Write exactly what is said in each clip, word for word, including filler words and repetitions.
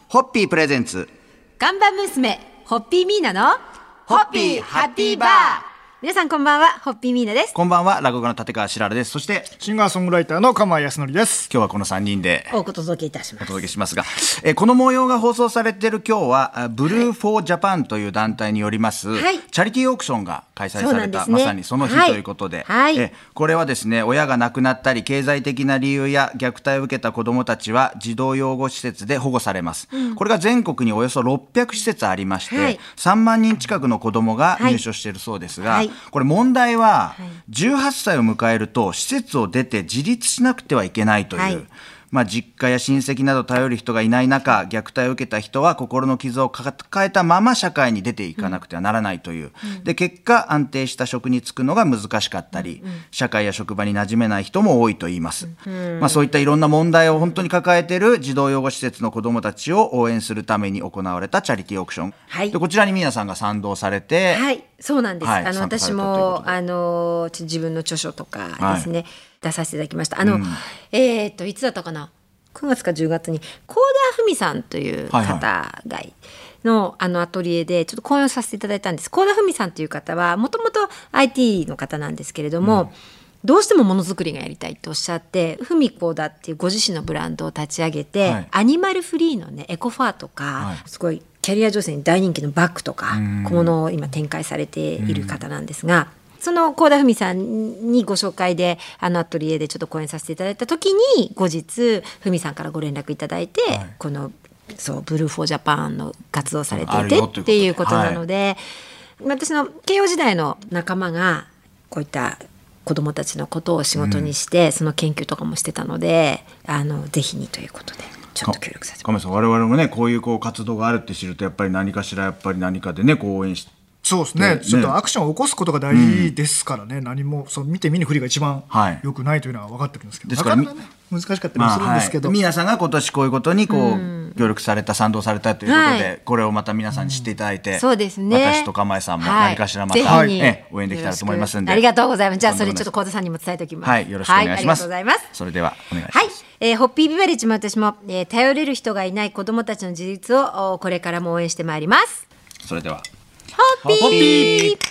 ホッピープレゼンツ看板娘ホッピーミーナのホッピーハッピーバー。 皆さんこんばんは、ホッピーミーナです。 こんばんは、落語家の立川しららです。そしてシンガーソングライターの釜井康則です。 今日はこのさんにんでお届けいたしますお届けしますが、えーこの模様が放送されている今日はあブルーフォージャパンという団体によります、 はいチャリティーオークションが開催された、 そうなんですねまさにその日はいということで、 はいえーこれはですね、親が亡くなったり経済的な理由や虐待を受けた子どもたちは児童養護施設で保護されます、これが全国におよそろっぴゃく施設ありまして、 はいさんまんにん近くの子どもが入所しているそうですが、 はいこれ問題はじゅうはっさいを迎えると施設を出て自立しなくてはいけないという、 はいまあ、実家や親戚など頼る人がいない中、虐待を受けた人は心の傷を抱えたまま社会に出ていかなくてはならないという、うん、で結果安定した職に就くのが難しかったり、うん、社会や職場に馴染めない人も多いといいます、うんまあ、そういったいろんな問題を本当に抱えている児童養護施設の子どもたちを応援するために行われたチャリティーオークション、はい、でこちらに皆さんが賛同されて、 はいそうなんです、はい、あの私もあの自分の著書とかですね、はい、出させていただきました。あの、うん、えー、っといつだったかな、くがつかじゅうがつに幸田文さんという方がの、はいはい、あのアトリエでちょっと講演をさせていただいたんです。幸田文さんという方はもともと アイティー の方なんですけれども、うん、どうしてもものづくりがやりたいとおっしゃってふみこだっていうご自身のブランドを立ち上げて、はい、アニマルフリーのねエコファーとか、はい、すごいキャリア女性に大人気のバッグとか小物を今展開されている方なんですが、その幸田文さんにご紹介であのアトリエでちょっと講演させていただいた時に後日文さんからご連絡いただいて、はい、このそうブルーフォージャパンの活動されていてっていうことなので、はい、私の慶応時代の仲間がこういった子どもたちのことを仕事にして、うん、その研究とかもしてたのであのぜひにということでちょっと協力させてもらいます。 我々もねこういうこう活動があるって知るとやっぱり何かしらやっぱり何かでねこう応援してそうですね、ちょっとアクションを起こすことが大事ですからね、うん、何もそう見て見ぬふりが一番良くないというのは分かってるんですけど、 ですからなかなか、ね、難しかったりもするんですけど、 まあはい、皆さんが今年こういうことにこう、うん、協力された賛同されたということで、はい、これをまた皆さんに知っていただいて、うん、 そうですね、 私と釜井さんも何かしらまた、はいね、応援できたらと思いますんで、 ありがとうございます。じゃあそれちょっと幸田さんにも伝えておきます。 はい、よろしくお願いします。 はい、ありがとうございます。 それではお願いします。 はい、えー、ホッピービバレッジも私も、えー、頼れる人がいない子どもたちの自立をこれからも応援してまいります。 それではホッピーホッピー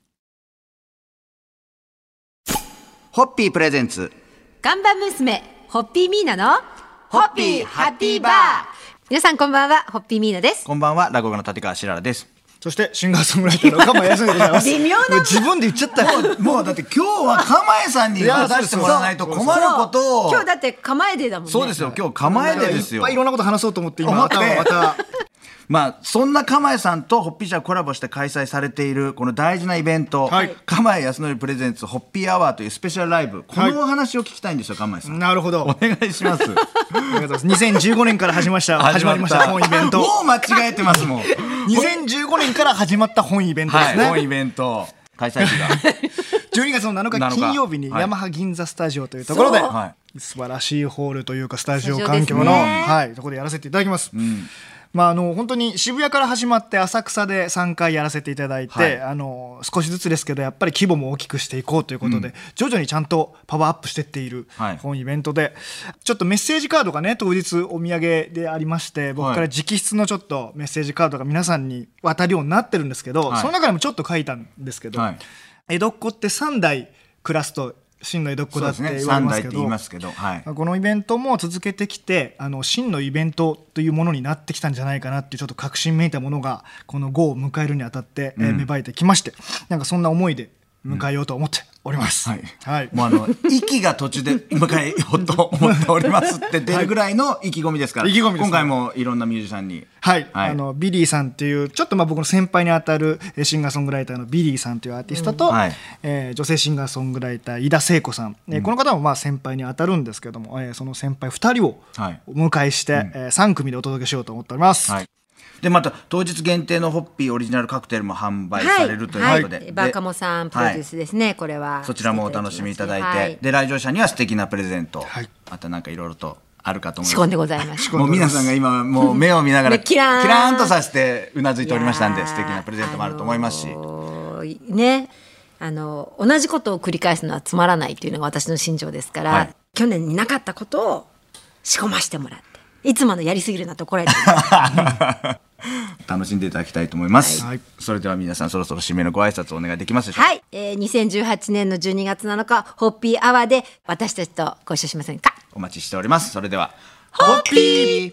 ホッピープレゼンツ看板娘ホッピーミーナのホッピーハッピーバー。 皆さんこんばんは、ホッピーミーナです。 こんばんは、落語家の立川しららです。 そしてシンガーソングライターの釜井康則でございます。 微妙な自分で言っちゃったよ。 もう、もうだって今日は釜井さんに出してもらわないと困ることを。 今日だって構えでだもんね。 そうですよ、今日構えでですよ。 いっぱいいろんなこと話そうと思って今またまたまあ、そんな釜井さんとホッピー社コラボして開催されているこの大事なイベント、はい、釜井康則プレゼンツホッピーアワーというスペシャルライブ、このお話を聞きたいんですよ、釜井さん。 なるほど、 お願いします。 ありがとうございます。にせんじゅうごねんから始ました始まりました本イベント。 もう間違えてますもん。 にせんじゅうごねんから始まった本イベントですね、 はい、本イベント開催日がじゅうにがつのなのか金曜日にヤマハ銀座スタジオというところで、 はい、 素晴らしいホールというかスタジオ環境の、はい、ところでやらせていただきます、うん。まあ、あの本当に渋谷から始まって浅草でさんかいやらせていただいて、はい、あの少しずつですけどやっぱり規模も大きくしていこうということで、うん、徐々にちゃんとパワーアップしていっている本イベントで、はい、ちょっとメッセージカードがね当日お土産でありまして、僕から直筆のちょっとメッセージカードが皆さんに渡るようになってるんですけど、はい、その中でもちょっと書いたんですけど、はい、江戸っ子ってさんだい暮らすと真の江戸っ子だって言われますけど、 ね、ますけどはい、 このイベントも続けてきてあの真のイベントというものになってきたんじゃないかなっていうちょっと確信めいたものがこの号を迎えるにあたって、うん、えー、芽生えてきまして、なんかそんな思いで迎えようと思っております、うん、はいはい、 もうあの息が途中で迎えようと思っておりますって出るぐらいの意気込みですから、 意気込みです、 今回もいろんなミュージシャンに、 はいはい、あのビリーさんっていうちょっとまあ僕の先輩にあたるシンガーソングライターのビリーさんというアーティストと、うん、はい、えー、女性シンガーソングライター井田聖子さん、うん、この方もまあ先輩にあたるんですけども、えー、その先輩ふたりをお迎えして、はい、えー、さん組でお届けしようと思っております、はい。 でまた当日限定のホッピーオリジナルカクテルも販売されるということで、 はいはい、バーカモさんプロデュースですね、はい、これはそちらもお楽しみいただいて、はい、で来場者には素敵なプレゼント、はい、またなんかいろいろとあるかと思います。 仕込んでございます。 もう皆さんが今もう目を見ながらキラーンキラーンとさせてうなずいておりましたんで、素敵なプレゼントもあると思いますし、あのー、ね、あの同じことを繰り返すのはつまらないというのが私の心情ですから、はい、去年になかったことを仕込ませてもらっていつものやりすぎるなと怒られてる楽しんでいただきたいと思います、 はい、 それでは皆さんそろそろ締めのご挨拶をお願いできますでしょうか。 はい、えー、にせんじゅうはちねんのじゅうにがつなのかホッピーアワーで私たちとご一緒しませんか。 お待ちしております。それではホッピー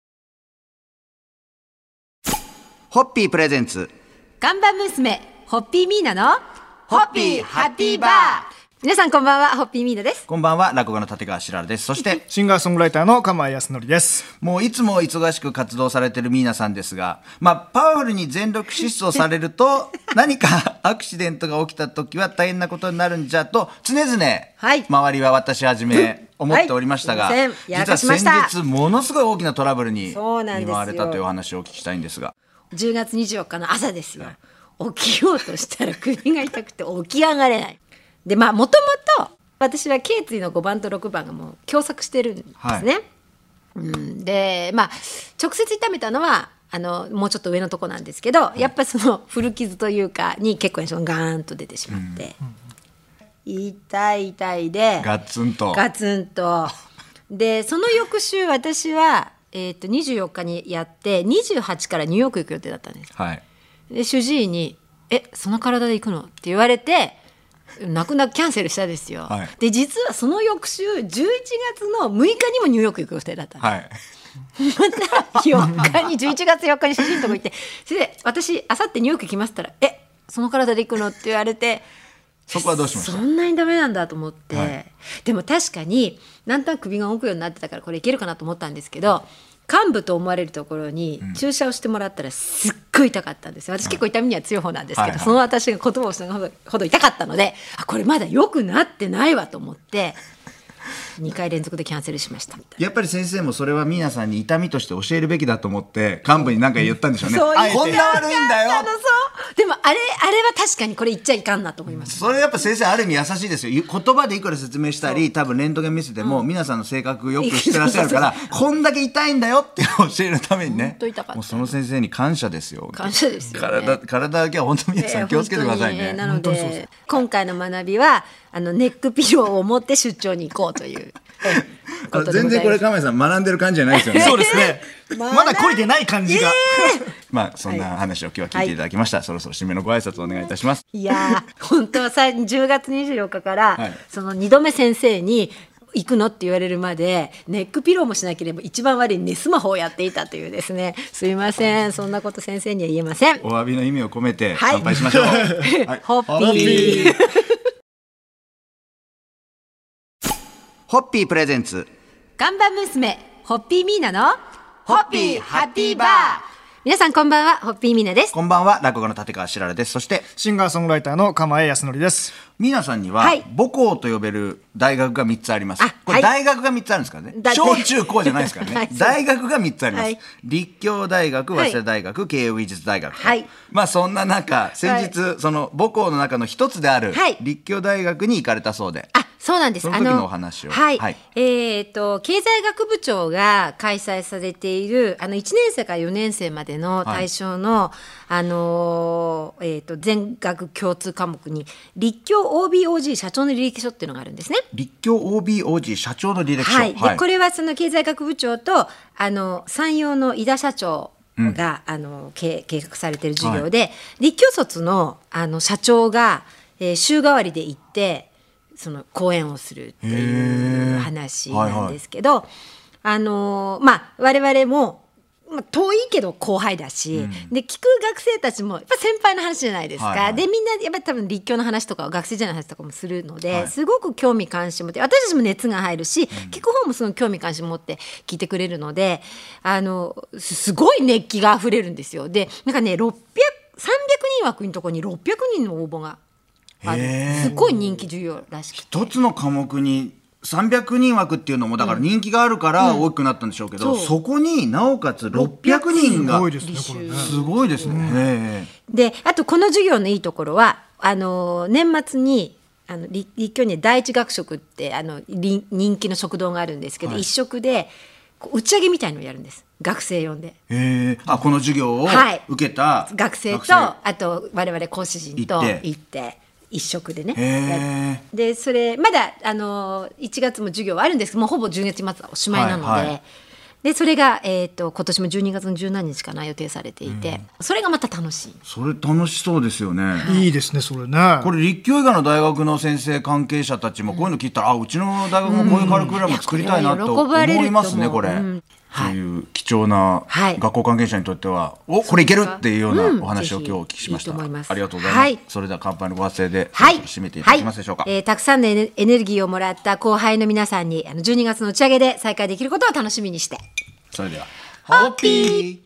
ホッピープレゼンツ看板娘ホッピーミーナのホッピーハッピーバー。 皆さんこんばんは、ホッピーミーナです。 こんばんは、落語家の立川しららです。そしてシンガーソングライターの釜井康則です。 もういつも忙しく活動されているミーナさんですが、まあ、パワフルに全力疾走されると何かアクシデントが起きた時は大変なことになるんじゃと常々、はい、周りは私はじめ思っておりましたが、はい、実は先日ものすごい大きなトラブルに見舞われたというお話をお聞きしたいんですが、 じゅうがつにじゅうよっかの朝ですよ、はい、起きようとしたら首が痛くて起き上がれないで、まあもともと私は頸椎のごばんとろくばんがもう狭窄してるんですね、はい、うん、でまあ直接痛めたのはあのもうちょっと上のとこなんですけど、はい、やっぱりその古傷というかに結構炎症がガーンと出てしまって、うん、痛い痛いでガツンとガツンとでその翌週私は、えー、とにじゅうよっかにやってにじゅうはちからニューヨーク行く予定だったんです、はい、で主治医にえその体で行くのって言われて泣く泣くキャンセルしたんですよ、はい、で実はその翌週じゅういちがつのむいかにもニューヨーク行く予定だったんです、はい、またよっかにじゅういちがつよっかに主治医のとこ行ってそれで私あさってニューヨーク行きますって言ったらえその体で行くのって言われてそこはどうしました？ そんなにダメなんだと思って、はい、でも確かになんとなく首が動くようになってたからこれいけるかなと思ったんですけど患部と思われるところに注射をしてもらったらすっごい痛かったんですよ。私結構痛みには強い方なんですけど、はいはいはい、その私が言葉をしながらほど痛かったのであこれまだ良くなってないわと思ってにかい連続でキャンセルしましたみたいな。 やっぱり先生もそれはミーナさんに痛みとして教えるべきだと思って幹部に何か言ったんでしょうね、 そういうこんな悪いんだよでもあれあれは確かにこれ言っちゃいかんなと思います。 それやっぱ先生ある意味優しいですよ。言葉でいくら説明したり多分レントゲン見せても、うん、皆さんの性格よく知ってらっしゃるからこんだけ痛いんだよって教えるためにねもうその先生に感謝ですよ。 感謝ですよ、ね、 体, 体だけは本当に皆さん気をつけてくださいね、えー、 なので今回の学びはあのネックピローを持って出張に行こうという全然これ亀井さん学んでる感じじゃないですよねそうですねまだ懲りてない感じが、 えー、まあそんな話を今日は聞いていただきました、はい、そろそろ締めのご挨拶をお願いいたします。 いや本当はさじゅうがつにじゅうよっかから、はい、そのにどめ先生に行くのって言われるまでネックピローもしなければ一番悪い寝スマホをやっていたというですねすいませんそんなこと先生には言えません。 お詫びの意味を込めて乾杯しましょう、はい、 ホッピーホッピープレゼンツ看板娘ホッピーミーナのホッピーハッピーバー。皆さんこんばんは、ホッピーミーナです。 こんばんは、落語の立川しららです。そしてシンガーソングライターの釜井康則です。 ミーナさんには、はい、母校と呼べる大学がみっつあります。これ大学がみっつあるんですからね、小中高じゃないですからね、はい、大学がみっつあります、はい、立教大学、早稲田大学、はい、慶應義塾大学、はい、まあそんな中先日、はい、その母校の中の一つである、はい、立教大学に行かれたそうで、 あそうなんです。 その時のお話を、 はい、はい、えー、と経済学部長が開催されているあのいちねんせいからよねんせいまでの対象の、はい、あのーえー、と全学共通科目に立教 オービーオージー 社長の履歴書っていうのがあるんですね。 立教 オービーオージー 社長の履歴書、 はいはい、でこれはその経済学部長とあの山陽の井田社長が、うん、あの計画されている授業で、はい、立教卒 の, あの社長が、えー、週替わりで行ってその講演をするっていう話なんですけど、はいはい、あのまあ我々も、まあ、遠いけど後輩だし、うん、で聞く学生たちもやっぱ先輩の話じゃないですか、はいはい、でみんなやっぱり多分立教の話とか学生時代の話とかもするので、はい、すごく興味関心持って私たちも熱が入るし、うん、聞く方もすごい興味関心持って聞いてくれるのであのすごい熱気があふれるんですよ。でなんかねろっぴゃく、さんびゃくにん枠のところにろっぴゃくにんの応募がすごい人気授業らしくて一つの科目にさんびゃくにん枠っていうのもだから人気があるから大きくなったんでしょうけど、うんうん、そ, そこになおかつろっぴゃくにんがすごいですね、これね。すごいですね、 うん、であとこの授業のいいところはあの年末にあの立教に第一学食ってあの人気の食堂があるんですけど、はい、一食で打ち上げみたいのをやるんです学生呼んで。 へあこの授業を受けた、 はい、学生とあと我々講師陣と行って一食でねでそれまだあのいちがつも授業はあるんですけどもうほぼじゅうがつ末はおしまいなので、はいはい、 でそれが、えー、と今年もじゅうにがつのじゅうしちにちかな予定されていて、うん、それがまた楽しい。 それ楽しそうですよね、 はい、いいですねそれね。これ立教以外の大学の先生関係者たちもこういうの聞いたら、うん、あうちの大学もこういうカリキュラム作りたいなと思いますね、これ、うん、そういう貴重な学校関係者にとっては、はい、おこれいけるっていうようなお話を今日お聞きしました、うん、いいありがとうございます、はい、それでは乾杯のご発声で締めていただけますでしょうか。 はいはい、えー、たくさんのエネルギーをもらった後輩の皆さんにあのじゅうにがつの打ち上げで再会できることを楽しみにして、 それではホッピ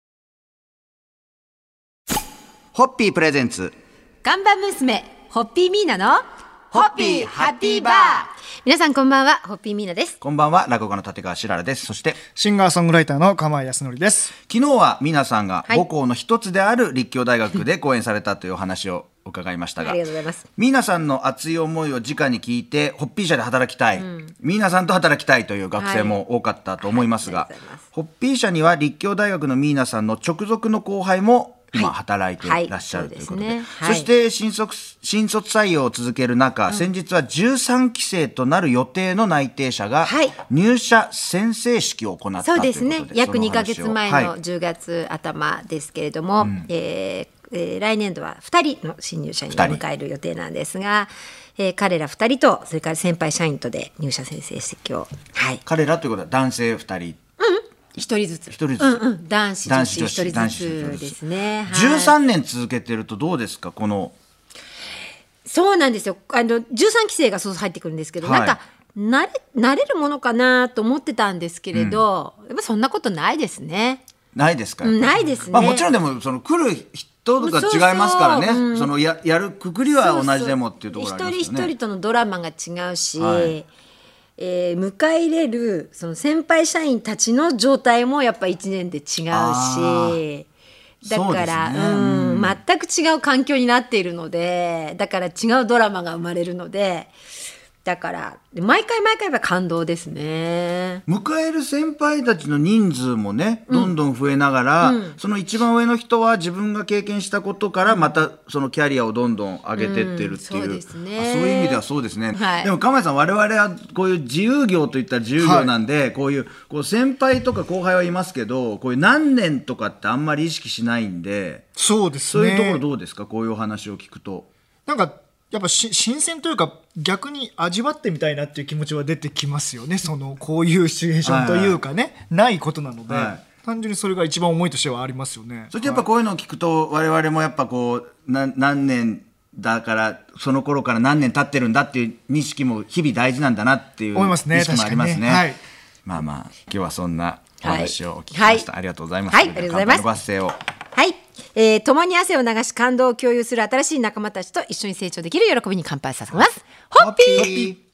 ーホッピープレゼンツ看板娘ホッピーミーナのホッピーハッピーバー。皆さんこんばんは、ホッピーミーナです。 こんばんは、落語家の立川しららです。そしてシンガーソングライターの釜井康則です。 昨日はミーナさんが母校の一つである立教大学で講演されたというお話を伺いましたが、 ありがとうございます。 ミーナさんの熱い思いを直に聞いてホッピー社で働きたい、うん、ミーナさんと働きたいという学生も多かったと思いますが、はい、ホッピー社には立教大学のミーナさんの直属の後輩も今働いていらっしゃる、はい、ということで、はい、そして新卒、新卒採用を続ける中、うん、先日はじゅうさんきせいとなる予定の内定者が入社宣誓式を行ったということで、 そうですね、約にかげつまえのじゅうがつ頭ですけれども、はい、えーえー、来年度はふたりの新入社員を迎える予定なんですが、えー、彼らふたりとそれから先輩社員とで入社宣誓式を、はい、 彼らということは男性ふたり、 一人ずつ、 一人ずつ、 うんうん、男子女子一人ずつですね、はい、 じゅうさんねん続けてるとどうですか、この。 そうなんですよ、あのじゅうさんきせいがそう入ってくるんですけど、はい、なんか慣れ、慣れるものかなと思ってたんですけれど、うん、やっぱそんなことないですね。 ないですか、 ないですね、 まあ、もちろんでもその来る人とか違いますからね、そうそう、うん、その や, やるくくりは同じでもっていうところありますよね。 一人一人とのドラマが違うし、 はい、 えー、迎え入れるその先輩社員たちの状態もやっぱいちねんで違うし、だから、ね、うん、全く違う環境になっているので、だから違うドラマが生まれるので、だから毎回毎回は感動ですね。 迎える先輩たちの人数もね、どんどん増えながら、うん、その一番上の人は自分が経験したことからまたそのキャリアをどんどん上げてってるっていう、うん、そうですね、そういう意味ではそうですね、はい、でも釜井さん、我々はこういう自由業といったら自由業なんで、はい、こういうこう先輩とか後輩はいますけど、こういう何年とかってあんまり意識しないんで、 そうですね、 そういうところどうですか、こういうお話を聞くと。 なんかやっぱし新鮮というか逆に味わってみたいなっていう気持ちは出てきますよね。そのこういうシチュエーションというかね、はいはい、ないことなので、はい、単純にそれが一番思いとしてはありますよね。 そしてやっぱこういうのを聞くと、はい、我々もやっぱこうな何年だからその頃から何年経ってるんだっていう認識も日々大事なんだなっていう意識もありますね。はい、まあまあ今日はそんなお話をお聞きしました。はい、ありがとうございます。 はい、ありがとうございます。 乾杯のご発声を。 はい、えー、共に汗を流し感動を共有する新しい仲間たちと一緒に成長できる喜びに乾杯させます。ホッピー。